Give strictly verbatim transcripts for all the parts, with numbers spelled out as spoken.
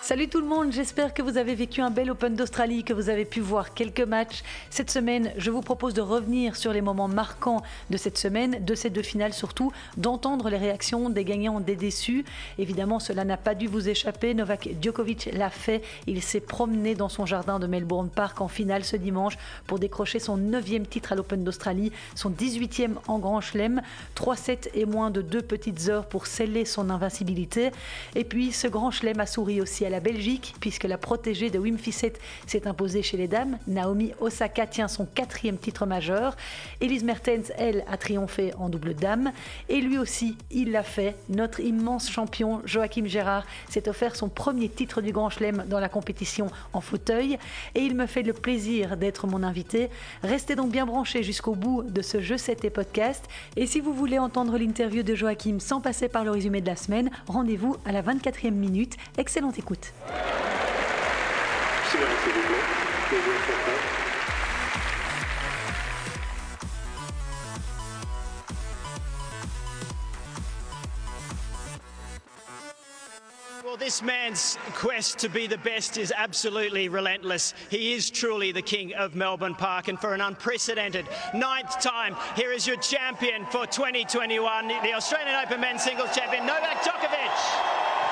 Salut tout le monde, j'espère que vous avez vécu un bel Open d'Australie, que vous avez pu voir quelques matchs. Cette semaine, je vous propose de revenir sur les moments marquants de cette semaine, de ces deux finales surtout, d'entendre les réactions des gagnants, des déçus. Évidemment, cela n'a pas dû vous échapper, Novak Djokovic l'a fait. Il s'est promené dans son jardin de Melbourne Park en finale ce dimanche pour décrocher son neuvième titre à l'Open d'Australie, son dix-huitième en Grand Chelem. trois sept et moins de deux petites heures pour sceller son invincibilité. Et puis, ce Grand Chelem a souri aussi à la Belgique, puisque la protégée de Wim Fissette s'est imposée chez les dames. Naomi Osaka tient son quatrième titre majeur. Elise Mertens, elle, a triomphé en double dame. Et lui aussi, il l'a fait. Notre immense champion, Joachim Gérard, s'est offert son premier titre du Grand Chelem dans la compétition en fauteuil. Et il me fait le plaisir d'être mon invité. Restez donc bien branchés jusqu'au bout de ce Je sais tes podcast. Et si vous voulez entendre l'interview de Joachim sans passer par le résumé de la semaine, rendez-vous à la vingt-quatrième minute. Excellente écoute. Well, this man's quest to be the best is absolutely relentless. He is truly the king of Melbourne Park, and for an unprecedented ninth time, here is your champion for twenty twenty-one, the Australian Open men's singles champion, Novak Djokovic.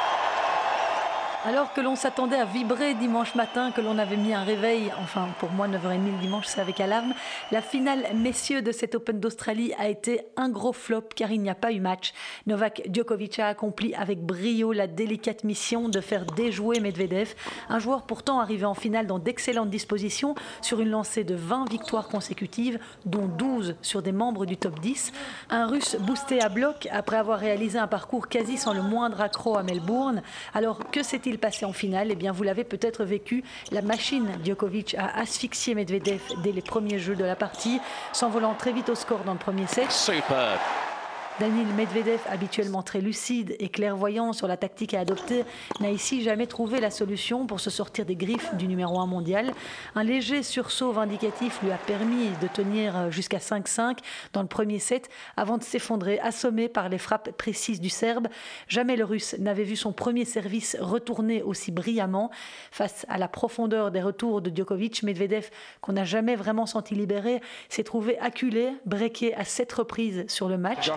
Alors que l'on s'attendait à vibrer dimanche matin, que l'on avait mis un réveil, enfin pour moi neuf heures trente le dimanche c'est avec alarme, la finale messieurs de cet Open d'Australie a été un gros flop car il n'y a pas eu match. Novak Djokovic a accompli avec brio la délicate mission de faire déjouer Medvedev, un joueur pourtant arrivé en finale dans d'excellentes dispositions sur une lancée de vingt victoires consécutives, dont douze sur des membres du top dix. Un Russe boosté à bloc après avoir réalisé un parcours quasi sans le moindre accroc à Melbourne. Alors que s'est-il passé en finale? Eh bien, vous l'avez peut-être vécu. La machine Djokovic a asphyxié Medvedev dès les premiers jeux de la partie, s'envolant très vite au score dans le premier set. Super. Daniil Medvedev, habituellement très lucide et clairvoyant sur la tactique à adopter, n'a ici jamais trouvé la solution pour se sortir des griffes du numéro un mondial. Un léger sursaut vindicatif lui a permis de tenir jusqu'à cinq cinq dans le premier set avant de s'effondrer, assommé par les frappes précises du Serbe. Jamais le Russe n'avait vu son premier service retourner aussi brillamment. Face à la profondeur des retours de Djokovic, Medvedev, qu'on n'a jamais vraiment senti libéré, s'est trouvé acculé, breaké à sept reprises sur le match.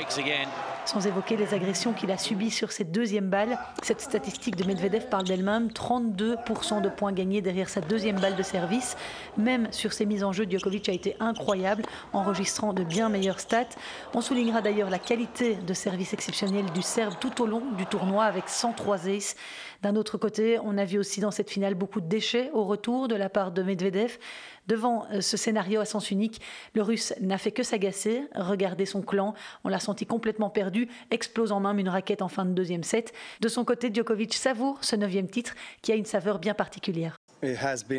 Sans évoquer les agressions qu'il a subies sur ses deuxièmes balles. Cette statistique de Medvedev parle d'elle-même, trente-deux pour cent de points gagnés derrière sa deuxième balle de service. Même sur ses mises en jeu, Djokovic a été incroyable, enregistrant de bien meilleures stats. On soulignera d'ailleurs la qualité de service exceptionnel du Serbe tout au long du tournoi avec cent trois aces. D'un autre côté, on a vu aussi dans cette finale beaucoup de déchets au retour de la part de Medvedev. Devant ce scénario à sens unique, le Russe n'a fait que s'agacer, regarder son clan. On l'a senti complètement perdu, explosant même une raquette en fin de deuxième set. De son côté, Djokovic savoure ce neuvième titre qui a une saveur bien particulière. D'un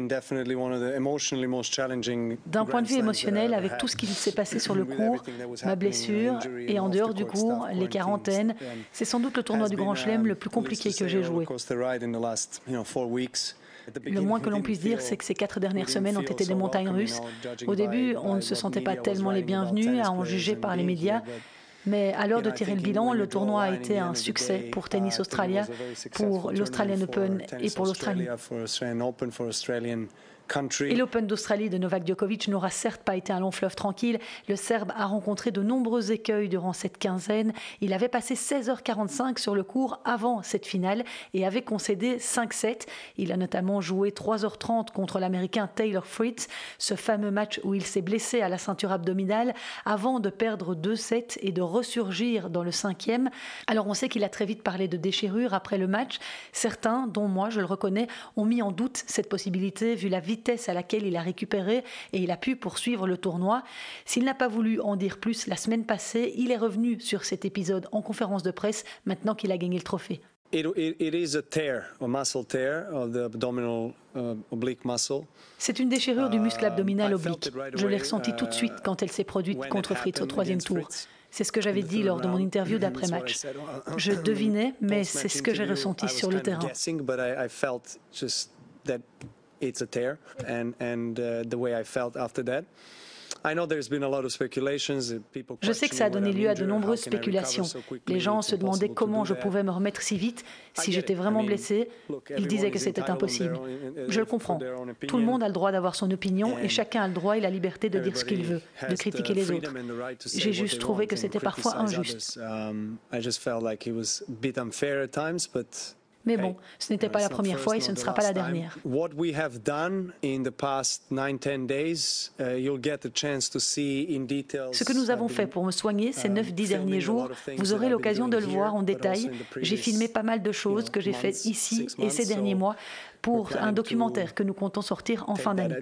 point de vue émotionnel, avec tout ce qui s'est passé sur le court, ma blessure et en dehors du court, les quarantaines, c'est sans doute le tournoi du Grand Chelem le plus compliqué que j'ai joué. Le moins que l'on puisse dire, c'est que ces quatre dernières semaines ont été des montagnes russes. Au début, on ne se sentait pas tellement les bienvenus, à en juger par les médias. Mais à l'heure de tirer le bilan, le tournoi a été un succès pour Tennis Australia, pour l'Australian Open et pour l'Australie. Et l'Open d'Australie de Novak Djokovic n'aura certes pas été un long fleuve tranquille. Le Serbe a rencontré de nombreux écueils durant cette quinzaine. Il avait passé seize heures quarante-cinq sur le court avant cette finale et avait concédé cinq sept. Il a notamment joué trois heures trente contre l'Américain Taylor Fritz, ce fameux match où il s'est blessé à la ceinture abdominale avant de perdre deux sept et de ressurgir dans le cinquième. Alors on sait qu'il a très vite parlé de déchirure après le match. Certains, dont moi je le reconnais, ont mis en doute cette possibilité vu la vitesse à laquelle il a récupéré et il a pu poursuivre le tournoi. S'il n'a pas voulu en dire plus la semaine passée, il est revenu sur cet épisode en conférence de presse maintenant qu'il a gagné le trophée. C'est une déchirure du muscle abdominal oblique. Je l'ai ressenti tout de suite quand elle s'est produite contre Fritz au troisième tour. C'est ce que j'avais dit lors de mon interview d'après-match. Je devinais, mais c'est ce que j'ai ressenti sur le terrain. It's a tear, and and uh, the way I felt after that. Je sais que ça a donné lieu à de nombreuses spéculations. Les gens se demandaient comment je pouvais me remettre si vite si j'étais vraiment blessé. Ils disaient que c'était impossible. Je le comprends. Tout le monde a le droit d'avoir son opinion et chacun a le droit et la liberté de dire ce qu'il veut, de critiquer les autres. J'ai juste trouvé que c'était parfois injuste. Mais bon, ce n'était pas la première fois et ce ne sera pas la dernière. Ce que nous avons fait pour me soigner ces neuf dix derniers jours, vous aurez l'occasion de le voir en détail. J'ai filmé pas mal de choses que j'ai faites ici et ces derniers mois pour un documentaire que nous comptons sortir en fin d'année.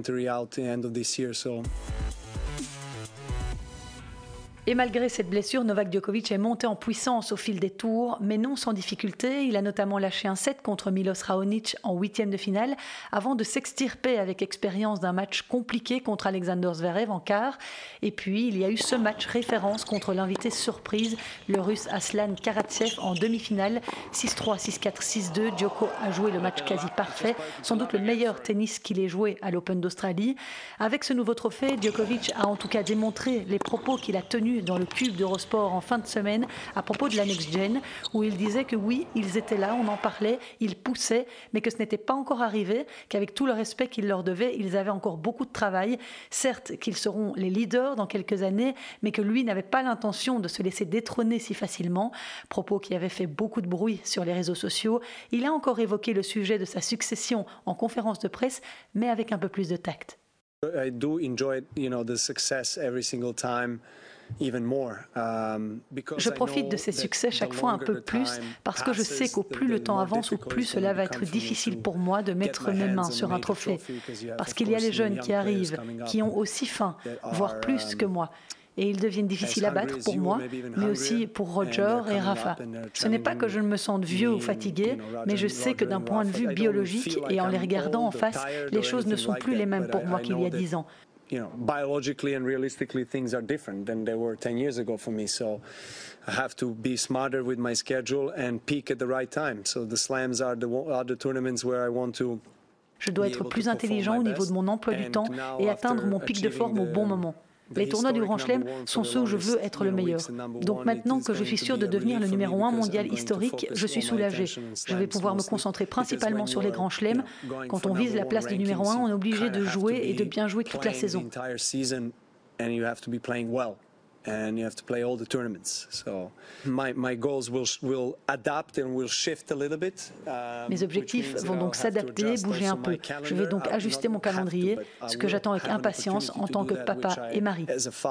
Et malgré cette blessure, Novak Djokovic est monté en puissance au fil des tours, mais non sans difficulté. Il a notamment lâché un set contre Milos Raonic en huitième de finale, avant de s'extirper avec expérience d'un match compliqué contre Alexander Zverev en quart. Et puis, il y a eu ce match référence contre l'invité surprise, le Russe Aslan Karatsev en demi-finale. six trois, six quatre, six deux, Djoko a joué le match quasi parfait, sans doute le meilleur tennis qu'il ait joué à l'Open d'Australie. Avec ce nouveau trophée, Djokovic a en tout cas démontré les propos qu'il a tenus dans le Cube d'Eurosport en fin de semaine à propos de la Next Gen, où il disait que oui, ils étaient là, on en parlait, ils poussaient, mais que ce n'était pas encore arrivé, qu'avec tout le respect qu'ils leur devaient, ils avaient encore beaucoup de travail. Certes, qu'ils seront les leaders dans quelques années, mais que lui n'avait pas l'intention de se laisser détrôner si facilement. Propos qui avaient fait beaucoup de bruit sur les réseaux sociaux. Il a encore évoqué le sujet de sa succession en conférence de presse, mais avec un peu plus de tact. I do enjoy, you know, the success every single time. Je profite de ces succès chaque fois un peu plus parce que je sais qu'au plus le temps avance, au plus cela va être difficile pour moi de mettre mes mains sur un trophée. Parce qu'il y a les jeunes qui arrivent, qui ont aussi faim, voire plus que moi. Et ils deviennent difficiles à battre pour moi, mais aussi pour Roger et Rafa. Ce n'est pas que je ne me sente vieux ou fatigué, mais je sais que d'un point de vue biologique et en les regardant en face, les choses ne sont plus les mêmes pour moi qu'il y a dix ans. You know, biologically and realistically, things are different than they were ten years ago for me. So I have to be smarter with my schedule and peak at the right time. So the slams are the, are the tournaments where I want to. Je dois être plus intelligent au niveau de mon emploi du temps et atteindre mon pic de forme au bon moment. Les tournois du Grand Chelem sont ceux où je veux être le meilleur. Donc maintenant que je suis sûr de devenir le numéro un mondial historique, je suis soulagé. Je vais pouvoir me concentrer principalement sur les Grands Chelems. Quand on vise la place du numéro un, on est obligé de jouer et de bien jouer toute la saison. And you have to play all the tournaments. So my my goals will will adapt and will shift a little bit. Mes objectifs vont donc s'adapter, bouger un peu. Je vais donc ajuster mon calendrier, ce que j'attends avec impatience en tant que papa et mari.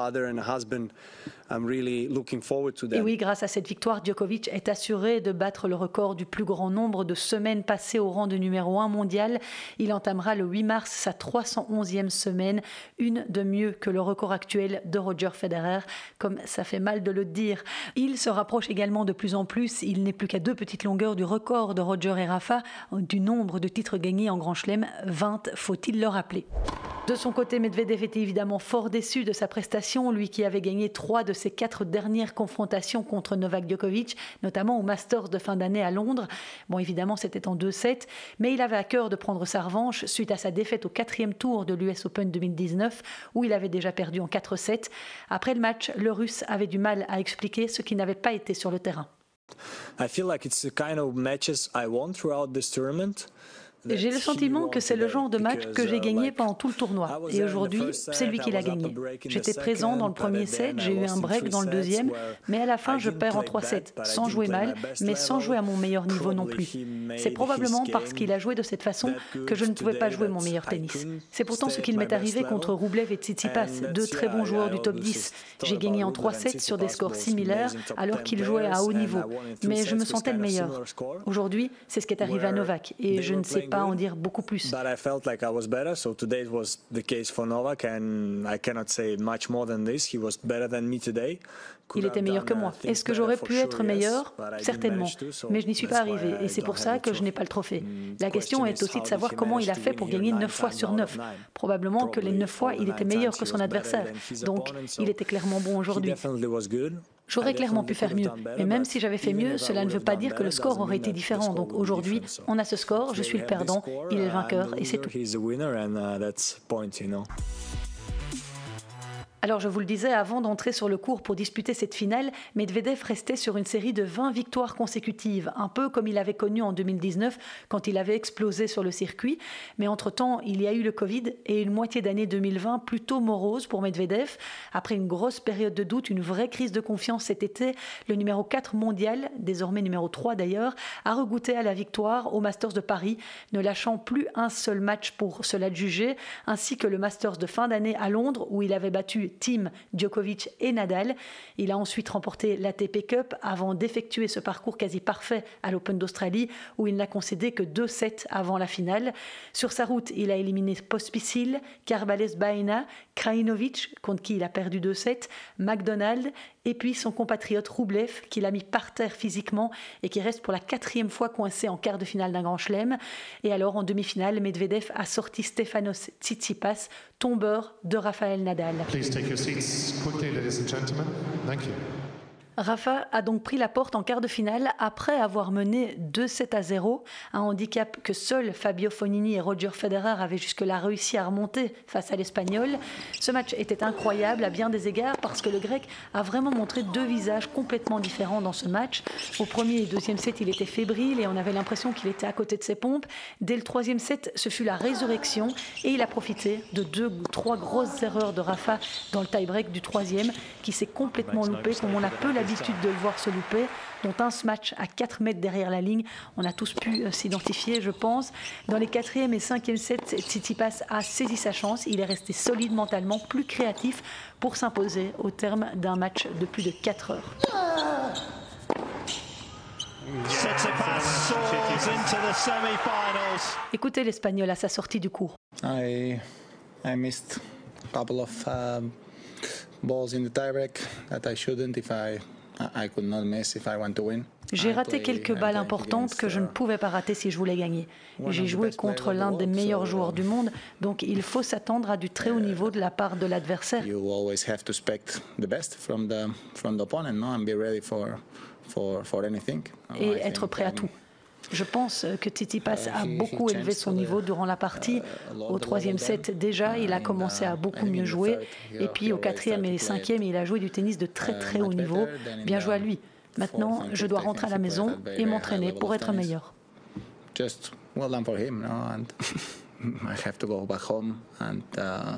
Et oui, grâce à cette victoire, Djokovic est assuré de battre le record du plus grand nombre de semaines passées au rang de numéro un mondial. Il entamera le huit mars sa trois cent onzième semaine, une de mieux que le record actuel de Roger Federer, comme ça fait mal de le dire. Il se rapproche également de plus en plus, il n'est plus qu'à deux petites longueurs du record de Roger et Rafa, du nombre de titres gagnés en Grand Chelem, vingt, faut-il le rappeler. De son côté, Medvedev était évidemment fort déçu de sa prestation, lui qui avait gagné trois de ses quatre dernières confrontations contre Novak Djokovic, notamment au Masters de fin d'année à Londres. Bon, évidemment, c'était en deux sets, mais il avait à cœur de prendre sa revanche suite à sa défaite au quatrième tour de l'U S Open deux mille dix-neuf, où il avait déjà perdu en quatre sets. Après le match, le Russe avait du mal à expliquer ce qui n'avait pas été sur le terrain. I feel like it's the kind of matches I want throughout this tournament. J'ai le sentiment que c'est le genre de match que j'ai gagné pendant tout le tournoi. Et aujourd'hui, c'est lui qui l'a gagné. J'étais présent dans le premier set, j'ai eu un break dans le deuxième, mais à la fin, je perds en trois sets, sans jouer mal, mais sans jouer à mon meilleur niveau non plus. C'est probablement parce qu'il a joué de cette façon que je ne pouvais pas jouer mon meilleur tennis. C'est pourtant ce qu'il m'est arrivé contre Rublev et Tsitsipas, deux très bons joueurs du top dix. J'ai gagné en trois sets sur des scores similaires, alors qu'ils jouaient à haut niveau. Mais je me sentais le meilleur. Aujourd'hui, c'est ce qui est arrivé à Novak, et je ne sais pas en dire beaucoup plus. But I felt like I was better, so today was the case for Novak, and I cannot say much more than this. He was better than me today. Il était meilleur que moi. Est-ce que j'aurais pu être meilleur? Certainement. Mais je n'y suis pas arrivé, et c'est pour ça que je n'ai pas le trophée. La question est aussi de savoir comment il a fait pour gagner neuf fois sur neuf. Probablement que les neuf fois, il était meilleur que son adversaire. Donc, il était clairement bon aujourd'hui. J'aurais clairement pu faire mieux, mais même si j'avais fait mieux, cela ne veut pas dire que le score aurait été différent. Donc aujourd'hui, on a ce score, je suis le perdant, il est le vainqueur et c'est tout. Alors je vous le disais, avant d'entrer sur le court pour disputer cette finale, Medvedev restait sur une série de vingt victoires consécutives, un peu comme il avait connu en deux mille dix-neuf quand il avait explosé sur le circuit. Mais entre-temps, il y a eu le Covid et une moitié d'année deux mille vingt plutôt morose pour Medvedev. Après une grosse période de doute, une vraie crise de confiance cet été, le numéro quatre mondial, désormais numéro trois d'ailleurs, a regoûté à la victoire au Masters de Paris, ne lâchant plus un seul match pour se l'adjuger, ainsi que le Masters de fin d'année à Londres où il avait battu Thiem, Djokovic et Nadal. Il a ensuite remporté l'A T P Cup avant d'effectuer ce parcours quasi parfait à l'Open d'Australie où il n'a concédé que deux sets avant la finale. Sur sa route, il a éliminé Pospisil, Carballés Baena, Krajinovic, contre qui il a perdu deux sets, McDonald et puis son compatriote Rublev qui l'a mis par terre physiquement et qui reste pour la quatrième fois coincé en quart de finale d'un grand chelem. Et alors en demi-finale, Medvedev a sorti Stefanos Tsitsipas, tombeur de Rafael Nadal. Please take your seats quickly, ladies and gentlemen. Thank you. Rafa a donc pris la porte en quart de finale après avoir mené deux sept à zéro, un handicap que seuls Fabio Fognini et Roger Federer avaient jusque-là réussi à remonter face à l'Espagnol. Ce match était incroyable à bien des égards parce que le Grec a vraiment montré deux visages complètement différents dans ce match. Au premier et deuxième set, il était fébrile et on avait l'impression qu'il était à côté de ses pompes. Dès le troisième set, ce fut la résurrection et il a profité de deux ou trois grosses erreurs de Rafa dans le tie-break du troisième qui s'est complètement loupé comme on a peu l'habitude de le voir se louper, dont un match à quatre mètres derrière la ligne. On a tous pu euh, s'identifier, je pense. Dans les quatrième et cinquième sets, Tsitsipas a saisi sa chance. Il est resté solide mentalement, plus créatif pour s'imposer au terme d'un match de plus de quatre heures. Écoutez l'Espagnol à sa sortie du court. I, I missed a couple of uh, balls in the tiebreak that I shouldn't if I I could not miss if I want to win. J'ai raté quelques balles importantes que je ne pouvais pas rater si je voulais gagner. J'ai joué contre l'un des meilleurs joueurs du monde, donc il faut s'attendre à du très haut niveau de la part de l'adversaire. You always have to expect the best from the from the opponent, no, and be ready for for for anything. Et être prêt à tout. Je pense que Tsitsipas a beaucoup élevé son niveau durant la partie. Au troisième set, déjà, il a commencé à beaucoup mieux jouer. Et puis au quatrième et cinquième, il a joué du tennis de très très haut niveau. Bien joué à lui. Maintenant, je dois rentrer à la maison et m'entraîner pour être meilleur. Just well done for him, no, and I have to go back home and uh,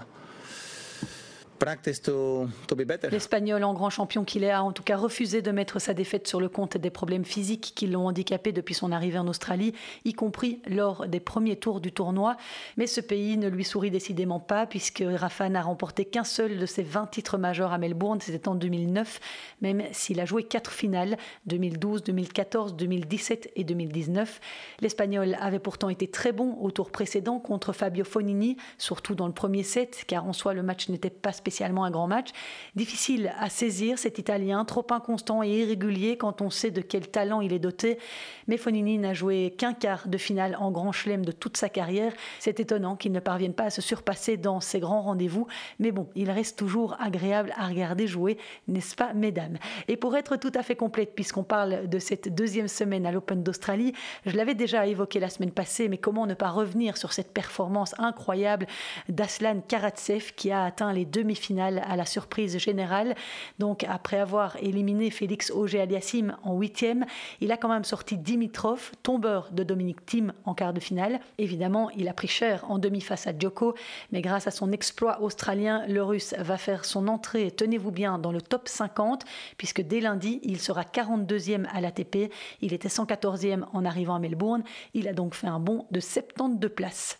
practice to, to be better. L'Espagnol, en grand champion qu'il est, a en tout cas refusé de mettre sa défaite sur le compte des problèmes physiques qui l'ont handicapé depuis son arrivée en Australie, y compris lors des premiers tours du tournoi. Mais ce pays ne lui sourit décidément pas, puisque Rafa n'a remporté qu'un seul de ses vingt titres majeurs à Melbourne, c'était en deux mille neuf, même s'il a joué quatre finales, deux mille douze, deux mille quatorze, deux mille dix-sept et deux mille dix-neuf. L'Espagnol avait pourtant été très bon au tour précédent contre Fabio Fognini, surtout dans le premier set, car en soi le match n'était pas spécialement un grand match. Difficile à saisir cet Italien, trop inconstant et irrégulier quand on sait de quel talent il est doté. Mais Fognini n'a joué qu'un quart de finale en grand chelem de toute sa carrière. C'est étonnant qu'il ne parvienne pas à se surpasser dans ses grands rendez-vous. Mais bon, il reste toujours agréable à regarder jouer, n'est-ce pas, mesdames? Et pour être tout à fait complète, puisqu'on parle de cette deuxième semaine à l'Open d'Australie, je l'avais déjà évoqué la semaine passée, mais comment ne pas revenir sur cette performance incroyable d'Aslan Karatsev qui a atteint les demi-finales à la surprise générale. Donc après avoir éliminé Félix Auger-Aliassime en huitième, il a quand même sorti Dimitrov, tombeur de Dominic Thiem en quart de finale. Évidemment, il a pris cher en demi face à Djoko, mais grâce à son exploit australien, le Russe va faire son entrée, tenez-vous bien, dans le top cinquante, puisque dès lundi, il sera quarante-deuxième à l'A T P. Il était cent quatorzième en arrivant à Melbourne. Il a donc fait un bond de soixante-douze places.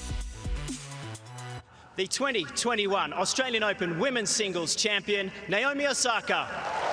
The twenty twenty-one Australian Open Women's Singles Champion, Naomi Osaka.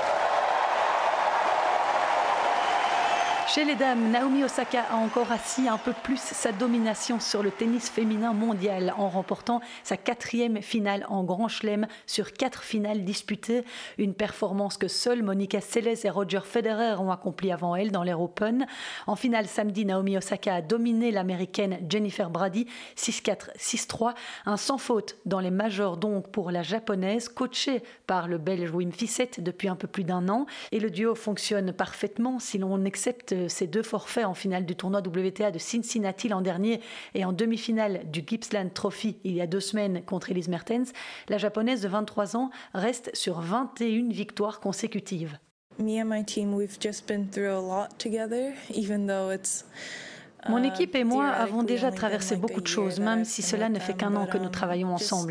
Chez les dames, Naomi Osaka a encore assis un peu plus sa domination sur le tennis féminin mondial en remportant sa quatrième finale en Grand Chelem sur quatre finales disputées. Une performance que seuls Monica Seles et Roger Federer ont accompli avant elle dans l'Air Open. En finale samedi, Naomi Osaka a dominé l'américaine Jennifer Brady six quatre, six trois. Un sans faute dans les majors donc pour la japonaise, coachée par le belge Wim Fissette depuis un peu plus d'un an. Et le duo fonctionne parfaitement si l'on accepte de ses deux forfaits en finale du tournoi W T A de Cincinnati l'an dernier et en demi-finale du Gippsland Trophy il y a deux semaines contre Elise Mertens, la japonaise de vingt-trois ans reste sur vingt et une victoires consécutives. Me and my team, we've just been through a lot together, even though it's Mon équipe et moi avons déjà traversé beaucoup de choses, même si cela ne fait qu'un an que nous travaillons ensemble.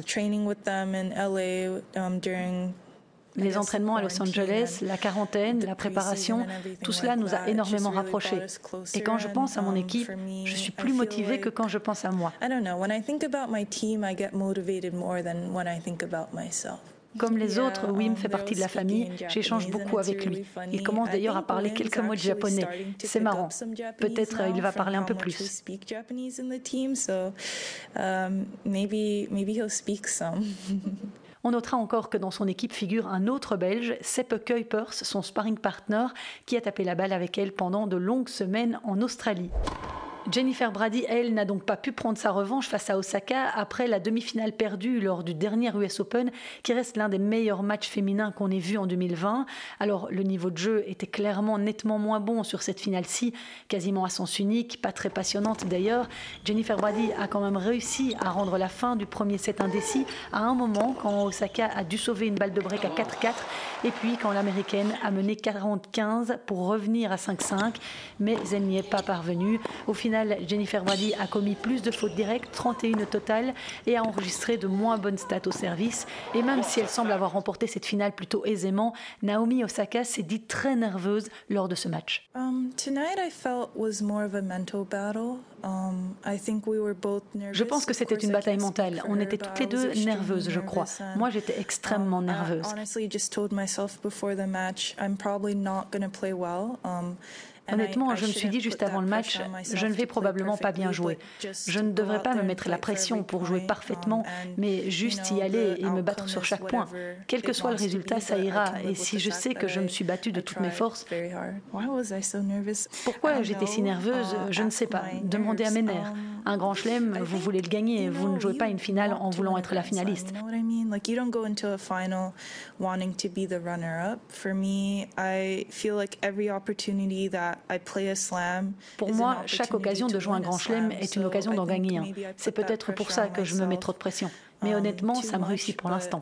Les entraînements à Los Angeles, la quarantaine, la préparation, tout cela nous a énormément rapprochés. Et quand je pense à mon équipe, je suis plus motivée que quand je pense à moi. Comme les autres, Wim fait partie de la famille, j'échange beaucoup avec lui. Il commence d'ailleurs à parler quelques mots de japonais. C'est marrant. Peut-être il va parler un peu plus. On notera encore que dans son équipe figure un autre Belge, Seppe Kuipers, son sparring partner, qui a tapé la balle avec elle pendant de longues semaines en Australie. Jennifer Brady, elle, n'a donc pas pu prendre sa revanche face à Osaka après la demi-finale perdue lors du dernier U S Open, qui reste l'un des meilleurs matchs féminins qu'on ait vu en deux mille vingt. Alors, le niveau de jeu était clairement nettement moins bon sur cette finale-ci, quasiment à sens unique, pas très passionnante d'ailleurs. Jennifer Brady a quand même réussi à rendre la fin du premier set indécis à un moment quand Osaka a dû sauver une balle de break à quatre quatre et puis quand l'américaine a mené quarante quinze pour revenir à cinq cinq, mais elle n'y est pas parvenue. Au final, Jennifer Brady a commis plus de fautes directes, trente et une au total, et a enregistré de moins bonnes stats au service. Et même si elle semble avoir remporté cette finale plutôt aisément, Naomi Osaka s'est dite très nerveuse lors de ce match. Um, tonight I felt was more of a mental battle. Um, I think we were both nervous. Je pense que c'était une bataille mentale. On était toutes les deux nerveuses, je crois. Moi, j'étais extrêmement nerveuse. Honestly, just told myself before the match, I'm probably not going to play well. Um, Honnêtement, je me suis dit juste avant le match, je ne vais probablement pas bien jouer. Je ne devrais pas me mettre la pression pour jouer parfaitement, mais juste y aller et me battre sur chaque point. Quel que soit le résultat, ça ira. Et si je sais que je me suis battue de toutes mes forces... Pourquoi j'étais si nerveuse, je ne sais pas. Demandez à mes nerfs. Un grand chelem, vous voulez le gagner. Vous ne jouez pas une finale en voulant être la finaliste. Pour moi, chaque occasion de jouer un grand chelem est une occasion d'en gagner un. C'est peut-être pour ça que je me mets trop de pression. Mais honnêtement, ça me réussit pour l'instant.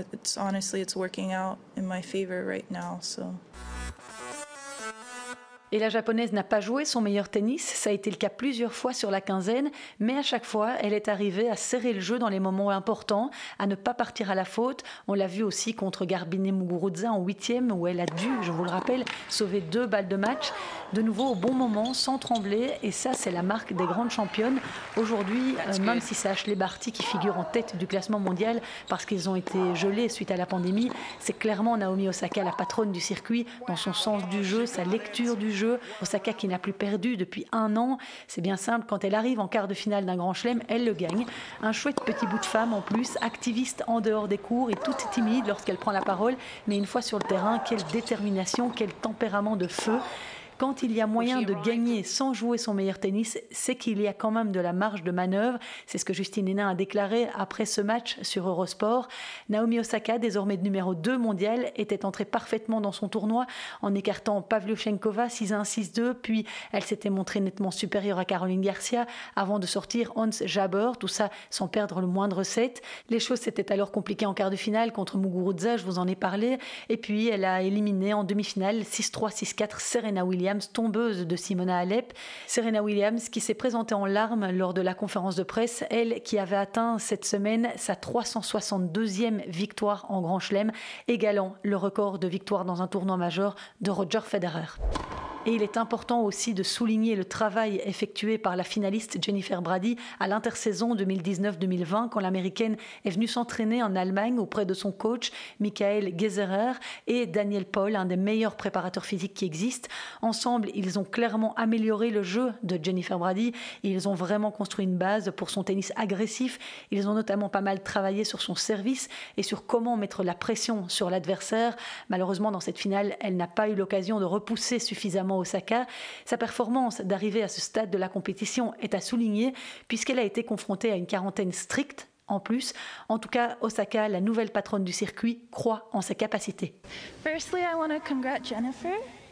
Et la japonaise n'a pas joué son meilleur tennis, ça a été le cas plusieurs fois sur la quinzaine, mais à chaque fois, elle est arrivée à serrer le jeu dans les moments importants, à ne pas partir à la faute. On l'a vu aussi contre Garbine Muguruza en huitième, où elle a dû, je vous le rappelle, sauver deux balles de match. De nouveau au bon moment, sans trembler, et ça, c'est la marque des grandes championnes. Aujourd'hui, euh, même si c'est Ashley Barty qui figure en tête du classement mondial, parce qu'ils ont été gelés suite à la pandémie, c'est clairement Naomi Osaka, la patronne du circuit, dans son sens du jeu, sa lecture du jeu. Osaka qui n'a plus perdu depuis un an. C'est bien simple, quand elle arrive en quart de finale d'un grand chelem, elle le gagne. Un chouette petit bout de femme en plus, activiste en dehors des cours et toute timide lorsqu'elle prend la parole. Mais une fois sur le terrain, quelle détermination, quel tempérament de feu. Quand il y a moyen de gagner sans jouer son meilleur tennis, c'est qu'il y a quand même de la marge de manœuvre. C'est ce que Justine Henin a déclaré après ce match sur Eurosport. Naomi Osaka, désormais numéro deux mondial, était entrée parfaitement dans son tournoi en écartant Pavlyuchenkova six un six deux, puis elle s'était montrée nettement supérieure à Caroline Garcia avant de sortir Hans Jabeur, tout ça sans perdre le moindre set. Les choses s'étaient alors compliquées en quart de finale contre Muguruza, je vous en ai parlé, et puis elle a éliminé en demi-finale six trois six quatre Serena Williams, tombeuse de Simona Halep. Serena Williams qui s'est présentée en larmes lors de la conférence de presse, elle qui avait atteint cette semaine sa trois cent soixante-deuxième victoire en Grand Chelem, égalant le record de victoire dans un tournoi majeur de Roger Federer. Et il est important aussi de souligner le travail effectué par la finaliste Jennifer Brady à l'intersaison deux mille dix-neuf deux mille vingt, quand l'américaine est venue s'entraîner en Allemagne auprès de son coach Michael Geserer et Daniel Paul, un des meilleurs préparateurs physiques qui existent. Ensemble, ils ont clairement amélioré le jeu de Jennifer Brady. Ils ont vraiment construit une base pour son tennis agressif. Ils ont notamment pas mal travaillé sur son service et sur comment mettre la pression sur l'adversaire. Malheureusement, dans cette finale, elle n'a pas eu l'occasion de repousser suffisamment Osaka. Sa performance d'arriver à ce stade de la compétition est à souligner puisqu'elle a été confrontée à une quarantaine stricte. En plus, en tout cas, Osaka, la nouvelle patronne du circuit, croit en ses capacités. Firstly, I want to congratulate Jennifer.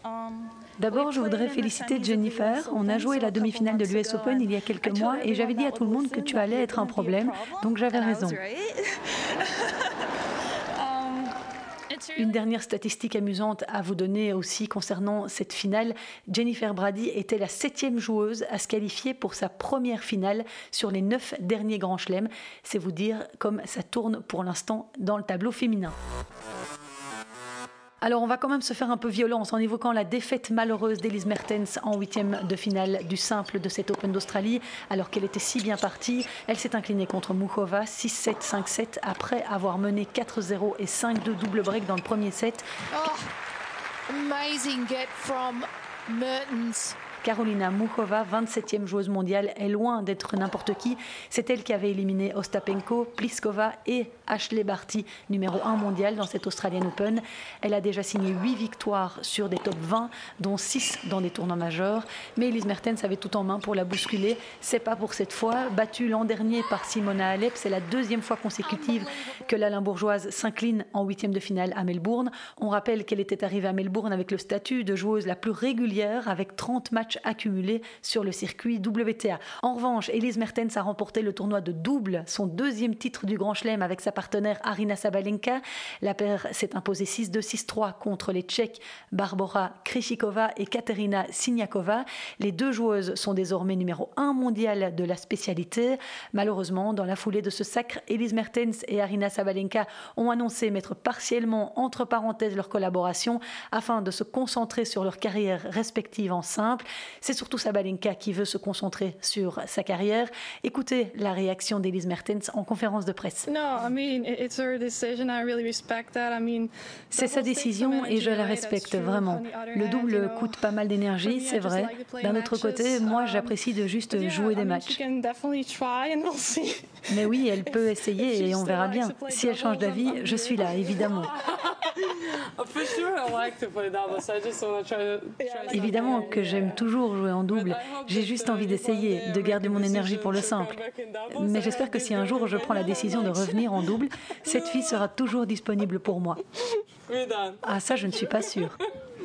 D'abord, je voudrais féliciter Jennifer. On a joué la demi-finale de l'U S Open il y a quelques mois et j'avais dit à tout le monde que tu allais être un problème, donc j'avais raison. Une dernière statistique amusante à vous donner aussi concernant cette finale. Jennifer Brady était la septième joueuse à se qualifier pour sa première finale sur les neuf derniers grands chelems. C'est vous dire comme ça tourne pour l'instant dans le tableau féminin. Alors on va quand même se faire un peu violence en évoquant la défaite malheureuse d'Elise Mertens en huitième de finale du simple de cet Open d'Australie. Alors qu'elle était si bien partie, elle s'est inclinée contre Muchova six sept, cinq sept après avoir mené quatre zéro et cinq deux double break dans le premier set. Oh, amazing get from Mertens. Karolina Muchova, vingt-septième joueuse mondiale, est loin d'être n'importe qui. C'est elle qui avait éliminé Ostapenko, Pliskova et Ashley Barty, numéro un mondial dans cet Australian Open. Elle a déjà signé huit victoires sur des top vingt, dont six dans des tournois majeurs. Mais Elise Mertens avait tout en main pour la bousculer. C'est pas pour cette fois. Battue l'an dernier par Simona Halep, c'est la deuxième fois consécutive que la Limbourgeoise s'incline en huitième de finale à Melbourne. On rappelle qu'elle était arrivée à Melbourne avec le statut de joueuse la plus régulière, avec trente matchs accumulé sur le circuit W T A. En revanche, Elise Mertens a remporté le tournoi de double, son deuxième titre du Grand Chelem avec sa partenaire Aryna Sabalenka. La paire s'est imposée six deux six trois contre les Tchèques Barbora Krejcikova et Katerina Siniakova. Les deux joueuses sont désormais numéro un mondial de la spécialité. Malheureusement, dans la foulée de ce sacre, Elise Mertens et Aryna Sabalenka ont annoncé mettre partiellement entre parenthèses leur collaboration afin de se concentrer sur leur carrière respective en simple. C'est surtout Sabalenka qui veut se concentrer sur sa carrière. Écoutez la réaction d'Elise Mertens en conférence de presse. C'est sa décision et je la respecte vraiment. Le double coûte pas mal d'énergie, c'est vrai. D'un autre côté, moi j'apprécie de juste jouer des matchs. Mais oui, elle peut essayer et on verra bien. Si elle change d'avis, je suis là, évidemment. Évidemment que j'aime toujours jouer en double. J'ai juste envie d'essayer, de garder mon énergie pour le simple. Mais j'espère que si un jour je prends la décision de revenir en double, cette fille sera toujours disponible pour moi. Ah, ça, je ne suis pas sûre.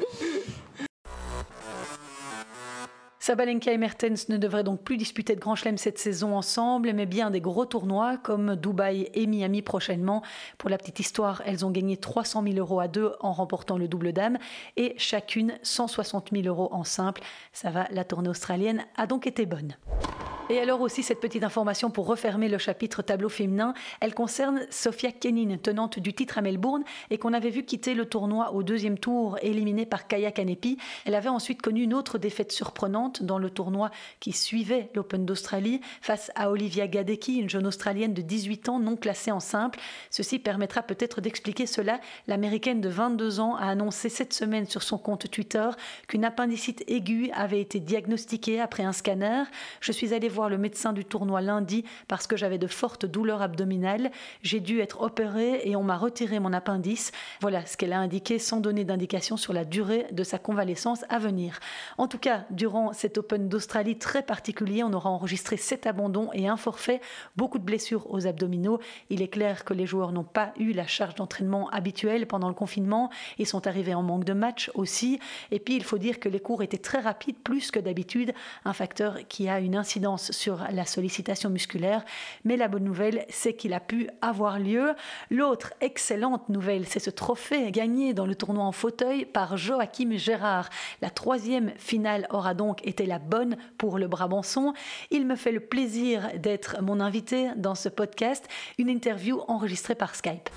Sabalenka et Mertens ne devraient donc plus disputer de Grand Chelem cette saison ensemble, mais bien des gros tournois comme Dubaï et Miami prochainement. Pour la petite histoire, elles ont gagné trois cent mille euros à deux en remportant le double dame et chacune cent soixante mille euros en simple. Ça va, la tournée australienne a donc été bonne. Et alors aussi cette petite information pour refermer le chapitre tableau féminin, elle concerne Sofia Kenin, tenante du titre à Melbourne et qu'on avait vu quitter le tournoi au deuxième tour, éliminée par Kaya Kanepi. Elle avait ensuite connu une autre défaite surprenante dans le tournoi qui suivait l'Open d'Australie face à Olivia Gadecki, une jeune Australienne de dix-huit ans non classée en simple. Ceci permettra peut-être d'expliquer cela. L'Américaine de vingt-deux ans a annoncé cette semaine sur son compte Twitter qu'une appendicite aiguë avait été diagnostiquée après un scanner. Je suis allée voir le médecin du tournoi lundi parce que j'avais de fortes douleurs abdominales. J'ai dû être opérée et on m'a retiré mon appendice. Voilà ce qu'elle a indiqué sans donner d'indication sur la durée de sa convalescence à venir. En tout cas, durant cet Open d'Australie très particulier, on aura enregistré sept abandons et un forfait, beaucoup de blessures aux abdominaux. Il est clair que les joueurs n'ont pas eu la charge d'entraînement habituelle pendant le confinement et sont arrivés en manque de match aussi. Et puis, il faut dire que les cours étaient très rapides, plus que d'habitude, un facteur qui a une incidence sur la sollicitation musculaire. Mais la bonne nouvelle, c'est qu'il a pu avoir lieu. L'autre excellente nouvelle, c'est ce trophée gagné dans le tournoi en fauteuil par Joachim Gérard. La troisième finale aura donc été la bonne pour le Brabançon. Il me fait le plaisir d'être mon invité dans ce podcast, une interview enregistrée par Skype.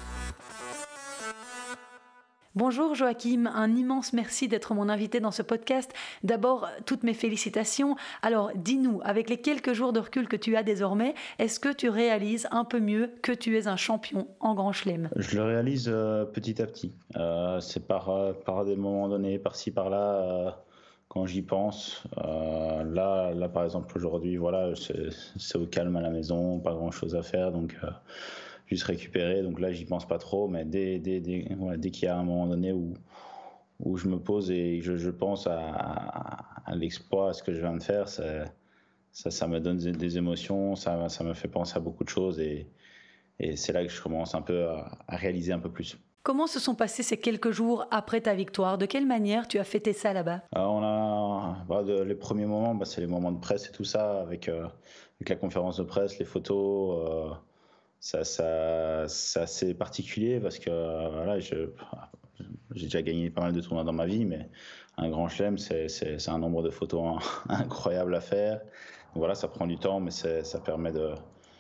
Bonjour Joachim, un immense merci d'être mon invité dans ce podcast. D'abord, toutes mes félicitations. Alors, dis-nous, avec les quelques jours de recul que tu as désormais, est-ce que tu réalises un peu mieux que tu es un champion en Grand Chelem ? Je le réalise euh, petit à petit. Euh, c'est par, euh, par des moments donnés, par-ci, par-là, euh, quand j'y pense. Euh, là, là, par exemple, aujourd'hui, voilà, c'est, c'est au calme à la maison, pas grand-chose à faire, donc... Euh, juste récupérer, donc là j'y pense pas trop, mais dès, dès, dès, voilà, dès qu'il y a un moment donné où, où je me pose et je, je pense à, à l'exploit, à ce que je viens de faire, ça, ça, ça me donne des émotions, ça, ça me fait penser à beaucoup de choses et, et c'est là que je commence un peu à, à réaliser un peu plus. Comment se sont passés ces quelques jours après ta victoire? De quelle manière tu as fêté ça là-bas? Alors on a bah, de, les premiers moments, bah, c'est les moments de presse et tout ça, avec, euh, avec la conférence de presse, les photos. Euh, ça, ça, c'est assez particulier parce que euh, voilà, je, j'ai déjà gagné pas mal de tournois dans ma vie, mais un grand chelem, c'est, c'est, c'est un nombre de photos incroyable à faire. Donc voilà, ça prend du temps, mais c'est, ça permet de,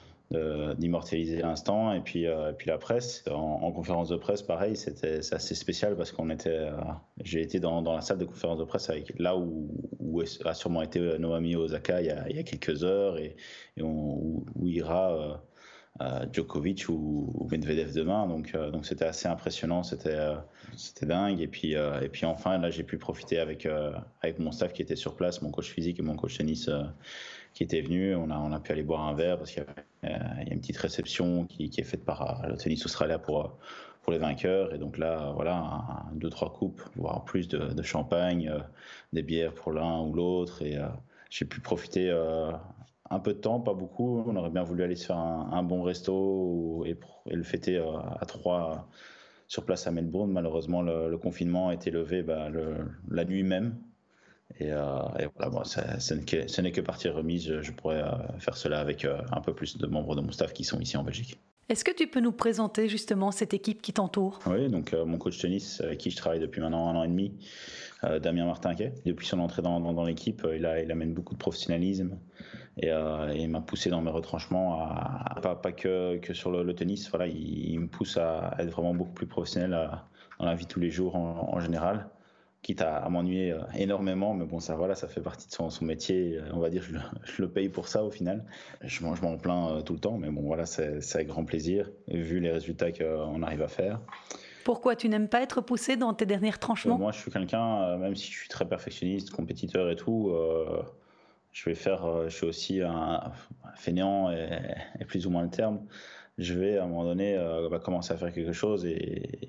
de, d'immortaliser l'instant. Et puis, euh, et puis la presse, en, en conférence de presse, pareil, c'était, c'est assez spécial parce qu'on était, euh, j'ai été dans, dans la salle de conférence de presse avec, là où, où a sûrement été Naomi Osaka il y a, il y a quelques heures et, et on, où, où ira euh, euh, Djokovic ou, ou Medvedev demain. Donc, euh, donc c'était assez impressionnant, c'était, euh, c'était dingue. Et puis, euh, et puis enfin, là, j'ai pu profiter avec, euh, avec mon staff qui était sur place, mon coach physique et mon coach tennis euh, qui était venu. On a, on a pu aller boire un verre parce qu'il y a, euh, il y a une petite réception qui, qui est faite par le Tennis Australia pour, pour les vainqueurs. Et donc là, voilà, un, deux, trois coupes, voire plus de, de champagne, euh, des bières pour l'un ou l'autre. Et euh, j'ai pu profiter euh, un peu de temps, pas beaucoup. On aurait bien voulu aller se faire un, un bon resto et, et le fêter euh, à trois sur place à Melbourne. Malheureusement, le, le confinement a été levé bah, le, la nuit même. Et, euh, et voilà, bon, ça, ça n'est que, ce n'est que partie remise. Je, je pourrais euh, faire cela avec euh, un peu plus de membres de mon staff qui sont ici en Belgique. Est-ce que tu peux nous présenter justement cette équipe qui t'entoure? Oui, donc euh, mon coach tennis avec qui je travaille depuis maintenant un an et demi, euh, Damien Martinquet. Depuis son entrée dans, dans, dans l'équipe, il, a, il amène beaucoup de professionnalisme et, euh, et il m'a poussé dans mes retranchements, à, à, pas, pas que, que sur le, le tennis. Voilà, il, il me pousse à être vraiment beaucoup plus professionnel à, dans la vie de tous les jours en, en général. Quitte à, à m'ennuyer euh, énormément, mais bon, ça, voilà, ça fait partie de son, son métier. On va dire, je le, je le paye pour ça au final. Je, je m'en plains euh, tout le temps, mais bon, voilà, c'est, c'est avec grand plaisir, vu les résultats qu'on arrive à faire. Pourquoi tu n'aimes pas être poussé dans tes derniers retranchements? euh, Moi, je suis quelqu'un, euh, même si je suis très perfectionniste, compétiteur et tout, euh, je vais faire, euh, je suis aussi un, un fainéant et, et plus ou moins le terme. Je vais à un moment donné euh, bah, commencer à faire quelque chose et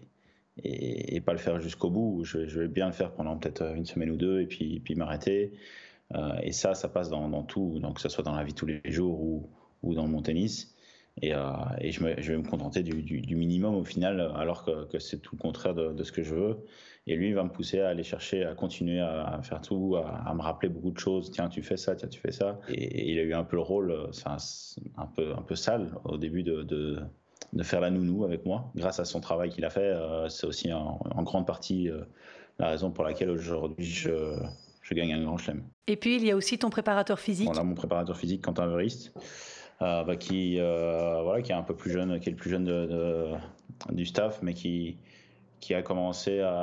Et, et pas le faire jusqu'au bout. Je, je vais bien le faire pendant peut-être une semaine ou deux et puis, puis m'arrêter. Euh, et ça, ça passe dans, dans tout, donc que ce soit dans la vie de tous les jours ou, ou dans mon tennis. Et, euh, et je, me, je vais me contenter du, du, du minimum au final, alors que, que c'est tout le contraire de, de ce que je veux. Et lui, il va me pousser à aller chercher, à continuer à, à faire tout, à, à me rappeler beaucoup de choses. Tiens, tu fais ça, tiens, tu fais ça. Et, et il a eu un peu le rôle, c'est un, un, peu, un peu sale au début de... de de faire la nounou avec moi. Grâce à son travail qu'il a fait, euh, c'est aussi en, en grande partie euh, la raison pour laquelle aujourd'hui je, je gagne un grand chelem. Et puis il y a aussi ton préparateur physique. On a mon préparateur physique, Quentin Verist, euh, bah, qui, euh, voilà, qui est un peu plus jeune, qui est le plus jeune de, de, du staff, mais qui, qui a commencé à,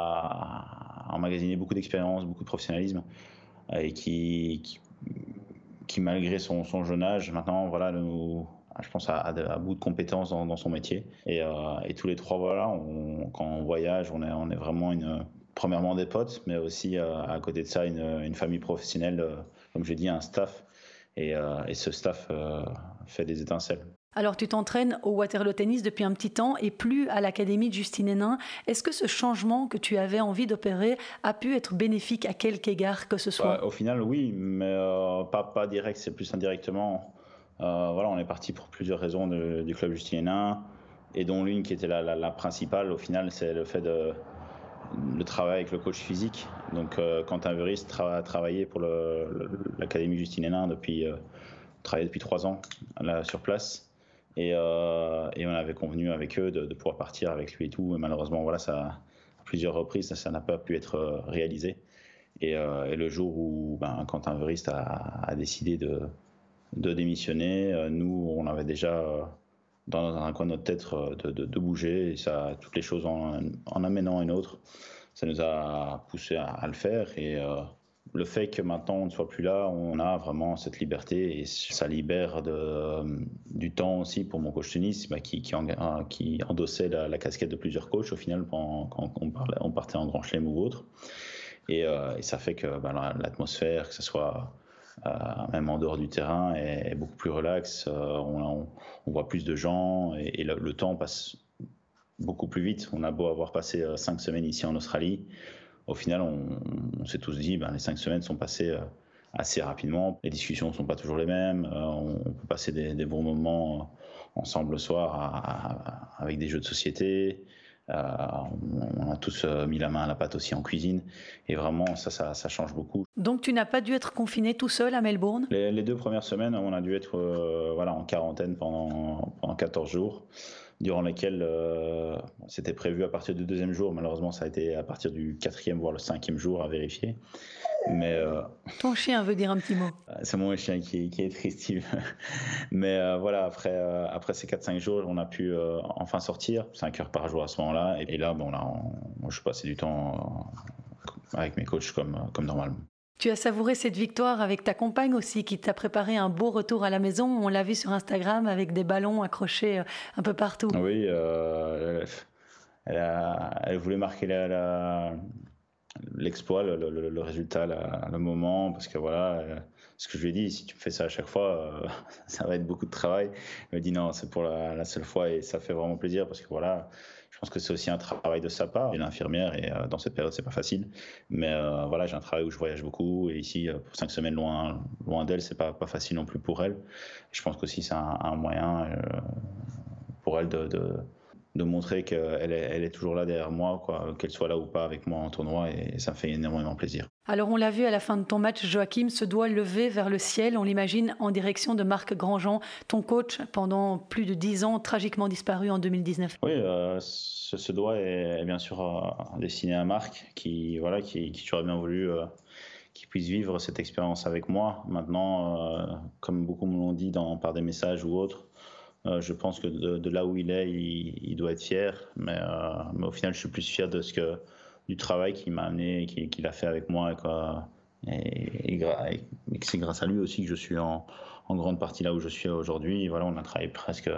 à emmagasiner beaucoup d'expérience, beaucoup de professionnalisme, et qui, qui, qui malgré son, son jeune âge, maintenant, voilà, nous... je pense, à, à, à bout de compétences dans, dans son métier. Et, euh, et tous les trois, voilà, on, quand on voyage, on est, on est vraiment, une, premièrement, des potes, mais aussi, euh, à côté de ça, une, une famille professionnelle, euh, comme je l'ai dit, un staff. Et, euh, et ce staff euh, fait des étincelles. Alors, tu t'entraînes au Waterloo Tennis depuis un petit temps et plus à l'Académie de Justine Henin. Est-ce que ce changement que tu avais envie d'opérer a pu être bénéfique à quelque égard que ce soit? Bah, au final, oui, mais euh, pas, pas direct, c'est plus indirectement. Euh, voilà, on est parti pour plusieurs raisons de, du club Justine Henin, et dont l'une qui était la, la, la principale, au final, c'est le fait de le travail avec le coach physique. Donc, euh, Quentin Verist a travaillé pour le, le, l'Académie Justine Henin depuis, euh, travaillé depuis trois ans là, sur place. Et, euh, et on avait convenu avec eux de, de pouvoir partir avec lui et tout. Et malheureusement, voilà, ça, à plusieurs reprises, ça, ça n'a pas pu être réalisé. Et, euh, et le jour où ben, Quentin Verist a, a décidé de de démissionner, nous on avait déjà dans un coin de notre tête de, de, de bouger, et ça, toutes les choses en, en amenant une autre, ça nous a poussé à, à le faire. Et euh, le fait que maintenant on ne soit plus là, on a vraiment cette liberté, et ça libère de, du temps aussi pour mon coach tennis, bah, qui, qui, en, qui endossait la, la casquette de plusieurs coachs au final quand, quand on, parlait, on partait en grand chelem ou autre. Et, euh, et ça fait que bah, l'atmosphère, que ce soit Euh, même en dehors du terrain, est, est beaucoup plus relax. Euh, on, on, on voit plus de gens, et, et le, le temps passe beaucoup plus vite. On a beau avoir passé euh, cinq semaines ici en Australie, au final, on, on s'est tous dit, ben, les cinq semaines sont passées euh, assez rapidement. Les discussions ne sont pas toujours les mêmes. Euh, on, on peut passer des, des bons moments ensemble le soir à, à, avec des jeux de société. Euh, on a tous mis la main à la pâte aussi en cuisine et vraiment ça, ça, ça change beaucoup. Donc tu n'as pas dû être confiné tout seul à Melbourne ? Les, les deux premières semaines, on a dû être euh, voilà, en quarantaine pendant, pendant quatorze jours, durant lesquels euh, c'était prévu à partir du deuxième jour. Malheureusement, ça a été à partir du quatrième, voire le cinquième jour à vérifier. Mais, euh, Ton chien veut dire un petit mot. C'est mon chien qui, qui est triste. Mais euh, voilà, après, euh, après ces quatre cinq jours, on a pu euh, enfin sortir, cinq heures par jour à ce moment-là. Et, et là, bon, là on, je passais du temps avec mes coachs comme, comme normalement. Tu as savouré cette victoire avec ta compagne aussi, qui t'a préparé un beau retour à la maison. On l'a vu sur Instagram avec des ballons accrochés un peu partout. Oui, euh, elle, a, elle voulait marquer la, la, l'exploit, le, le, le résultat, la, le moment, parce que voilà, euh, ce que je lui ai dit, si tu me fais ça à chaque fois, euh, ça va être beaucoup de travail. Elle m'a dit non, c'est pour la, la seule fois et ça fait vraiment plaisir parce que voilà, je pense que c'est aussi un travail de sa part. Elle est infirmière et euh, dans cette période, c'est pas facile. Mais euh, voilà, j'ai un travail où je voyage beaucoup et ici, pour cinq semaines loin, loin d'elle, c'est pas, pas facile non plus pour elle. Et je pense qu'aussi c'est un, un moyen euh, pour elle de, de de montrer qu'elle est, elle est toujours là derrière moi, quoi, qu'elle soit là ou pas avec moi en tournoi, et ça me fait énormément plaisir. Alors on l'a vu à la fin de ton match, Joachim se doit lever vers le ciel, on l'imagine, en direction de Marc Grandjean, ton coach pendant plus de dix ans, tragiquement disparu en deux mille dix-neuf. Oui, euh, ce, ce doigt est, est bien sûr euh, destiné à Marc, qui, voilà, qui, qui j'aurais bien voulu euh, qu'il puisse vivre cette expérience avec moi. Maintenant, euh, comme beaucoup me l'ont dit dans, par des messages ou autres, Euh, je pense que de, de là où il est, il, il doit être fier, mais, euh, mais au final, je suis plus fier de ce que, du travail qu'il m'a amené, qu'il, qu'il a fait avec moi, quoi. Et, et, et, et c'est grâce à lui aussi que je suis en, en grande partie là où je suis aujourd'hui. Et voilà, on a travaillé presque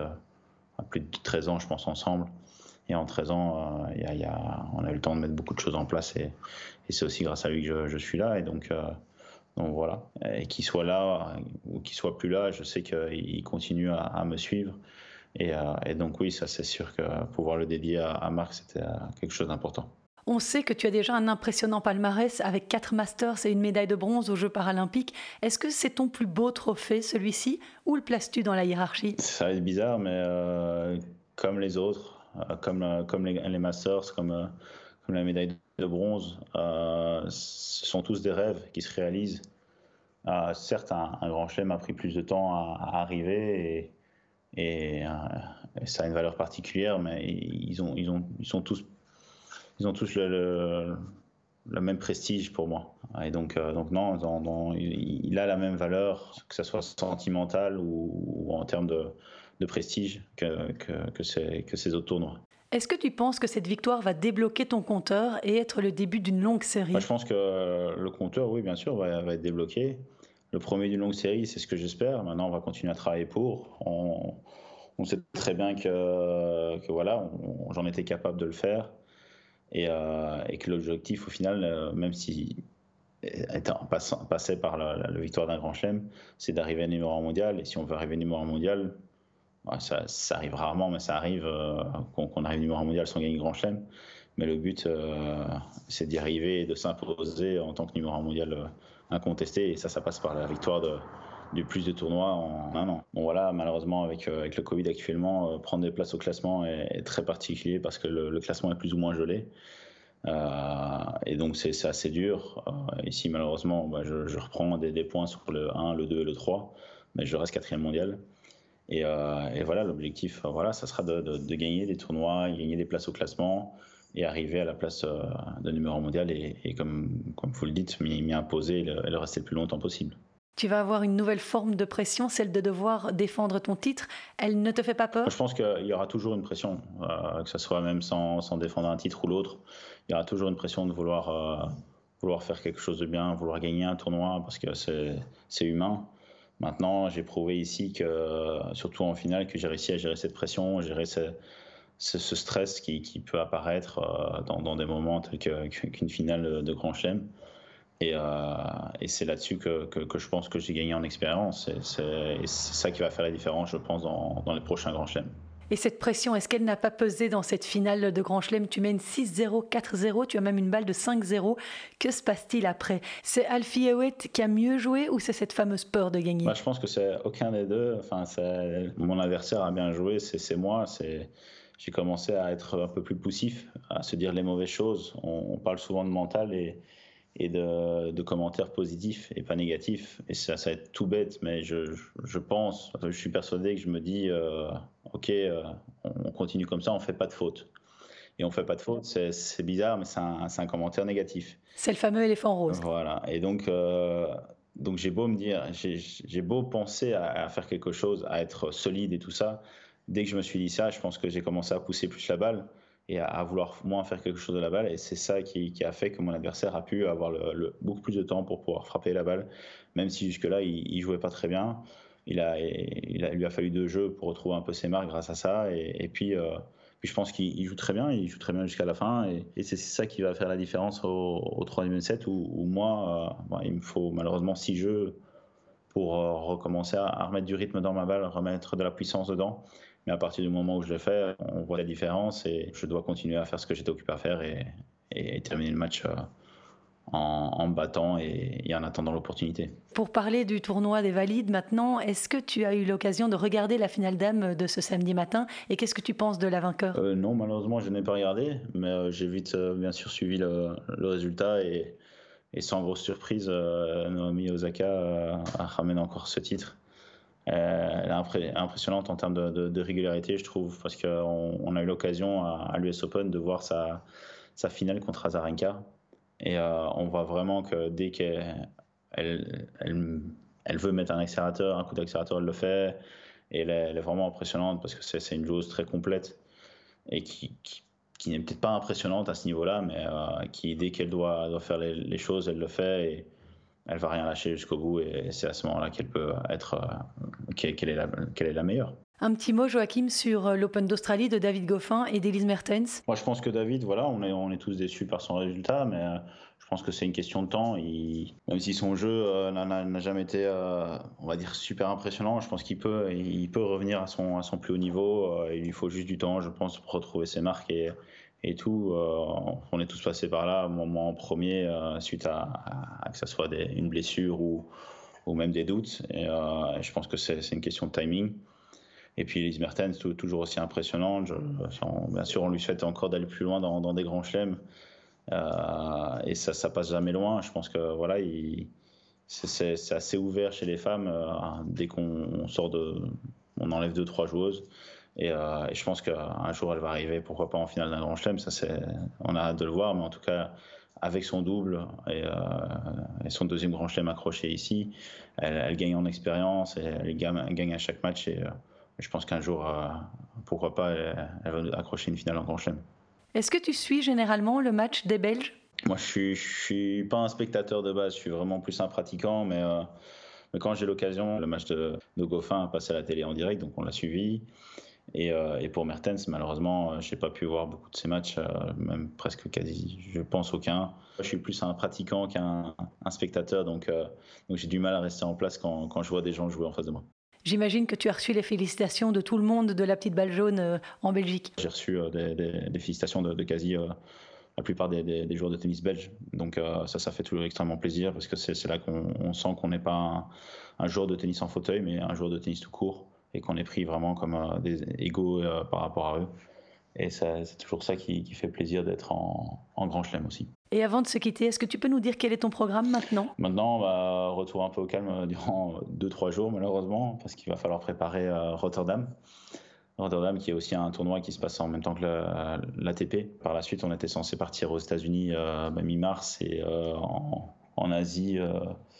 à plus de treize ans, je pense, ensemble. Et en treize ans, euh, y a, y a, on a eu le temps de mettre beaucoup de choses en place, et, et c'est aussi grâce à lui que je, je suis là. Et donc, euh, Donc voilà, et qu'il soit là ou qu'il soit plus là, je sais qu'il continue à, à me suivre. Et, euh, et donc oui, ça c'est sûr que pouvoir le dédier à, à Marc, c'était quelque chose d'important. On sait que tu as déjà un impressionnant palmarès avec quatre Masters et une médaille de bronze aux Jeux paralympiques. Est-ce que c'est ton plus beau trophée, celui-ci, ou le places-tu dans la hiérarchie ? Ça va être bizarre, mais euh, comme les autres, euh, comme, comme les, les Masters, comme... Euh, comme la médaille de bronze, euh, ce sont tous des rêves qui se réalisent. Euh, certes, un, un grand chelem a pris plus de temps à, à arriver et, et, euh, et ça a une valeur particulière, mais ils, ont, ils, ont, ils sont tous, ils ont tous le, le, le même prestige pour moi. Et donc, euh, donc non, dans, dans, il, il a la même valeur, que ce soit sentimental ou, ou en termes de, de prestige que, que, que, ces, que ces autres tournois. Est-ce que tu penses que cette victoire va débloquer ton compteur et être le début d'une longue série ? Moi, je pense que le compteur, oui, bien sûr, va, va être débloqué. Le premier d'une longue série, c'est ce que j'espère. Maintenant, on va continuer à travailler pour. On, on sait très bien que, que voilà, on, j'en étais capable de le faire. Et, euh, et que l'objectif, au final, même si étant passant, passé par la, la, la victoire d'un grand chelem, c'est d'arriver numéro un mondial. Et si on veut arriver numéro un mondial, ouais, ça, ça arrive rarement, mais ça arrive euh, qu'on, qu'on arrive numéro un mondial sans gagner grand chelem. Mais le but, euh, c'est d'y arriver et de s'imposer en tant que numéro un mondial euh, incontesté. Et ça, ça passe par la victoire de, du plus de tournois en un an. Bon voilà, malheureusement, avec, euh, avec le Covid actuellement, euh, prendre des places au classement est, est très particulier parce que le, le classement est plus ou moins gelé. Euh, et donc, c'est, c'est assez dur. Euh, ici, malheureusement, bah, je, je reprends des, des points sur le un, le deux et le trois, mais je reste quatrième mondial. Et, euh, et voilà, l'objectif, voilà, ça sera de, de, de gagner des tournois, gagner des places au classement et arriver à la place euh, de numéro un mondial et, et comme, comme vous le dites, m'y, m'y imposer et le, et le rester le plus longtemps possible. Tu vas avoir une nouvelle forme de pression, celle de devoir défendre ton titre. Elle ne te fait pas peur ? Je pense qu'il y aura toujours une pression, euh, que ce soit même sans, sans défendre un titre ou l'autre. Il y aura toujours une pression de vouloir, euh, vouloir faire quelque chose de bien, vouloir gagner un tournoi parce que c'est, c'est humain. Maintenant, j'ai prouvé ici, que, surtout en finale, que j'ai réussi à gérer cette pression, gérer ce, ce, ce stress qui, qui peut apparaître euh, dans, dans des moments tels que, qu'une finale de Grand Chelem. Et, euh, et c'est là-dessus que, que, que je pense que j'ai gagné en expérience. Et c'est, et c'est ça qui va faire la différence, je pense, dans, dans les prochains Grands Chelems. Et cette pression, est-ce qu'elle n'a pas pesé dans cette finale de Grand Chelem ? Tu mènes six zéro, quatre zéro, tu as même une balle de cinq zéro. Que se passe-t-il après ? C'est Alfie Hewitt qui a mieux joué ou c'est cette fameuse peur de gagner ? Bah, je pense que c'est aucun des deux. Enfin, c'est, mon adversaire a bien joué, c'est, c'est moi. C'est, j'ai commencé à être un peu plus poussif, à se dire les mauvaises choses. On, on parle souvent de mental et, et de, de commentaires positifs et pas négatifs. Et ça, ça va être tout bête, mais je, je pense, je suis persuadé que je me dis, euh, ok, euh, on continue comme ça, on fait pas de faute. Et on fait pas de faute, c'est, c'est bizarre, mais c'est un, c'est un commentaire négatif. C'est le fameux éléphant rose. Voilà. Et donc, euh, donc j'ai beau me dire, j'ai, j'ai beau penser à, à faire quelque chose, à être solide et tout ça. Dès que je me suis dit ça, je pense que j'ai commencé à pousser plus la balle et à, à vouloir moins faire quelque chose de la balle. Et c'est ça qui, qui a fait que mon adversaire a pu avoir le, le, beaucoup plus de temps pour pouvoir frapper la balle, même si jusque-là, il, il jouait pas très bien. Il a, il a, il lui a fallu deux jeux pour retrouver un peu ses marques grâce à ça. Et, et puis, euh, puis, je pense qu'il joue très bien, il joue très bien jusqu'à la fin. Et, et c'est ça qui va faire la différence au, au troisième set où, où moi, euh, bon, il me faut malheureusement six jeux pour euh, recommencer à, à remettre du rythme dans ma balle, remettre de la puissance dedans. Mais à partir du moment où je le fais, on voit la différence et je dois continuer à faire ce que j'étais occupé à faire et, et, et terminer le match euh, en, en battant et, et en attendant l'opportunité. Pour parler du tournoi des valides maintenant, est-ce que tu as eu l'occasion de regarder la finale dames de ce samedi matin et qu'est-ce que tu penses de la vainqueur ? euh, Non, malheureusement, je n'ai pas regardé, mais euh, j'ai vite euh, bien sûr suivi le, le résultat et, et sans grosse surprise, euh, Naomi Osaka euh, ramène encore ce titre. Euh, elle est impré- impressionnante en termes de, de, de régularité, je trouve, parce qu'on on a eu l'occasion à, à l'U S Open de voir sa, sa finale contre Azarenka. Et euh, on voit vraiment que dès qu'elle elle, elle, elle veut mettre un accélérateur, un coup d'accélérateur, elle le fait. Et elle est, elle est vraiment impressionnante parce que c'est, c'est une joueuse très complète et qui, qui, qui n'est peut-être pas impressionnante à ce niveau-là, mais euh, qui, dès qu'elle doit, doit faire les, les choses, elle le fait. Et, elle va rien lâcher jusqu'au bout et c'est à ce moment-là qu'elle peut être euh, qu'elle est la, qu'elle est la meilleure. Un petit mot, Joachim, sur l'Open d'Australie de David Goffin et d'Elise Mertens. Moi, je pense que David, voilà, on est, on est tous déçus par son résultat, mais euh, je pense que c'est une question de temps. Il, même si son jeu euh, n'a, n'a jamais été, euh, on va dire, super impressionnant, je pense qu'il peut, il peut revenir à son, à son plus haut niveau. Euh, il lui faut juste du temps, je pense, pour retrouver ses marques et et tout. Euh, on est tous passés par là, moi en premier, euh, suite à, à, à que ça soit des, une blessure ou, ou même des doutes. Et, euh, et je pense que c'est, c'est une question de timing. Et puis Elise Mertens, tout, toujours aussi impressionnante. Je, on, bien sûr, on lui souhaite encore d'aller plus loin dans, dans des grands chelems. Euh, et ça, ça passe jamais loin. Je pense que voilà, il, c'est, c'est, c'est assez ouvert chez les femmes. Euh, dès qu'on sort de, on enlève deux, trois joueuses. Et, euh, et je pense qu'un jour elle va arriver, pourquoi pas en finale d'un grand chelem, ça c'est, on a hâte de le voir, mais en tout cas avec son double et, euh, et son deuxième grand chelem accroché ici, elle, elle gagne en expérience et elle gagne, elle gagne à chaque match et euh, je pense qu'un jour, euh, pourquoi pas, elle, elle va accrocher une finale en grand chelem. Est-ce que tu suis généralement le match des Belges ? Moi je suis, je suis pas un spectateur de base, je suis vraiment plus un pratiquant, mais, euh, mais quand j'ai l'occasion, le match de, de Goffin a passé à la télé en direct, donc on l'a suivi. Et, euh, et pour Mertens, malheureusement, euh, je n'ai pas pu voir beaucoup de ses matchs, euh, même presque quasi, je pense aucun. Je suis plus un pratiquant qu'un un spectateur, donc, euh, donc j'ai du mal à rester en place quand, quand je vois des gens jouer en face de moi. J'imagine que tu as reçu les félicitations de tout le monde de la petite balle jaune euh, en Belgique. J'ai reçu euh, des, des, des félicitations de, de quasi euh, la plupart des, des, des joueurs de tennis belges. Donc euh, ça, ça fait toujours extrêmement plaisir parce que c'est, c'est là qu'on on sent qu'on n'est pas un, un joueur de tennis en fauteuil, mais un joueur de tennis tout court. Et qu'on est pris vraiment comme euh, des égaux euh, par rapport à eux. Et ça, c'est toujours ça qui, qui fait plaisir d'être en, en grand chelem aussi. Et avant de se quitter, est-ce que tu peux nous dire quel est ton programme maintenant ? Maintenant, on va retourner un peu au calme durant deux trois jours malheureusement, parce qu'il va falloir préparer euh, Rotterdam. Rotterdam qui est aussi un tournoi qui se passe en même temps que la, l'A T P. Par la suite, on était censé partir aux États-Unis euh, bah, mi-mars et euh, en, en Asie euh,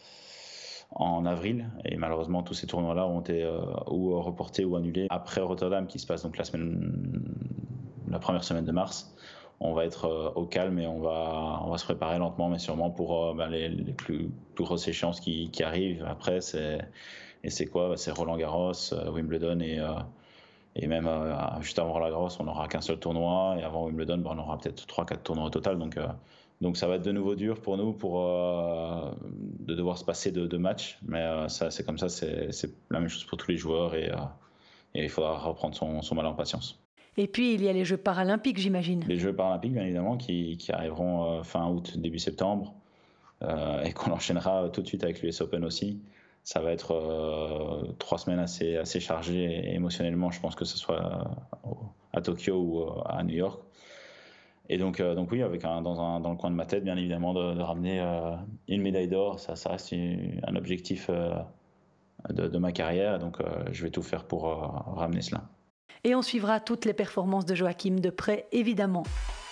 en avril, et malheureusement tous ces tournois-là ont été euh, ou reportés ou annulés. Après Rotterdam, qui se passe donc la semaine, la première semaine de mars, on va être euh, au calme et on va, on va se préparer lentement, mais sûrement pour euh, bah, les, les plus, plus grosses échéances qui, qui arrivent. Après, c'est et c'est quoi ? C'est Roland Garros, euh, Wimbledon et euh, et même euh, juste avant Roland Garros, on n'aura qu'un seul tournoi, et avant Wimbledon, bah, on aura peut-être trois quatre tournois au total. Donc euh, Donc ça va être de nouveau dur pour nous pour, euh, de devoir se passer de, de matchs. Mais euh, ça, c'est comme ça, c'est, c'est la même chose pour tous les joueurs et, euh, et il faudra reprendre son, son mal en patience. Et puis il y a les Jeux paralympiques, j'imagine. Les Jeux paralympiques, bien évidemment, qui, qui arriveront euh, fin août, début septembre euh, et qu'on enchaînera tout de suite avec l'U S Open aussi. ça va être euh, trois semaines assez, assez chargées et émotionnellement, je pense que ce soit à Tokyo ou à New York. Et donc, euh, donc oui, avec un, dans, un, dans le coin de ma tête, bien évidemment, de, de ramener euh, une médaille d'or, ça, ça reste une, un objectif euh, de, de ma carrière. Donc, euh, je vais tout faire pour euh, ramener cela. Et on suivra toutes les performances de Joachim de près, évidemment.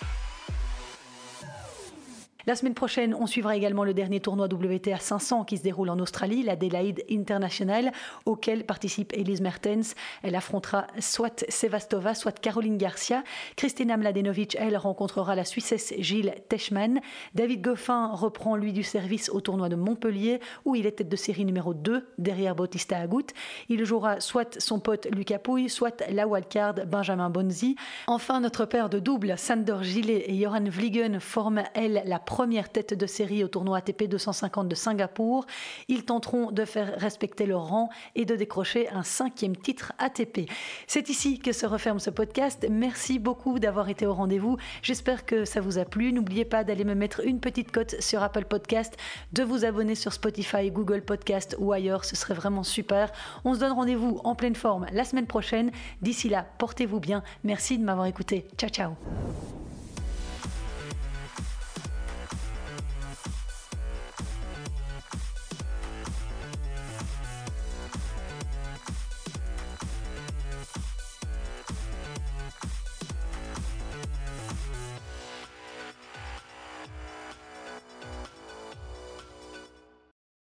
La semaine prochaine, on suivra également le dernier tournoi W T A cinq cents qui se déroule en Australie, l'Adelaide International, auquel participe Elise Mertens. Elle affrontera soit Sevastova, soit Caroline Garcia. Kristina Mladenovic, elle, rencontrera la Suissesse Gilles Techmann. David Goffin reprend, lui, du service au tournoi de Montpellier, où il est tête de série numéro deux, derrière Bautista Agut. Il jouera soit son pote Lucas Pouille, soit la wildcard Benjamin Bonzi. Enfin, notre paire de double, Sandor Gillet et Johan Vliegen, forment, elle, la première tête de série au tournoi A T P deux cent cinquante de Singapour. Ils tenteront de faire respecter leur rang et de décrocher un cinquième titre A T P. C'est ici que se referme ce podcast. Merci beaucoup d'avoir été au rendez-vous. J'espère que ça vous a plu. N'oubliez pas d'aller me mettre une petite cote sur Apple Podcast, de vous abonner sur Spotify, Google Podcast ou ailleurs. Ce serait vraiment super. On se donne rendez-vous en pleine forme la semaine prochaine. D'ici là, portez-vous bien. Merci de m'avoir écouté. Ciao, ciao.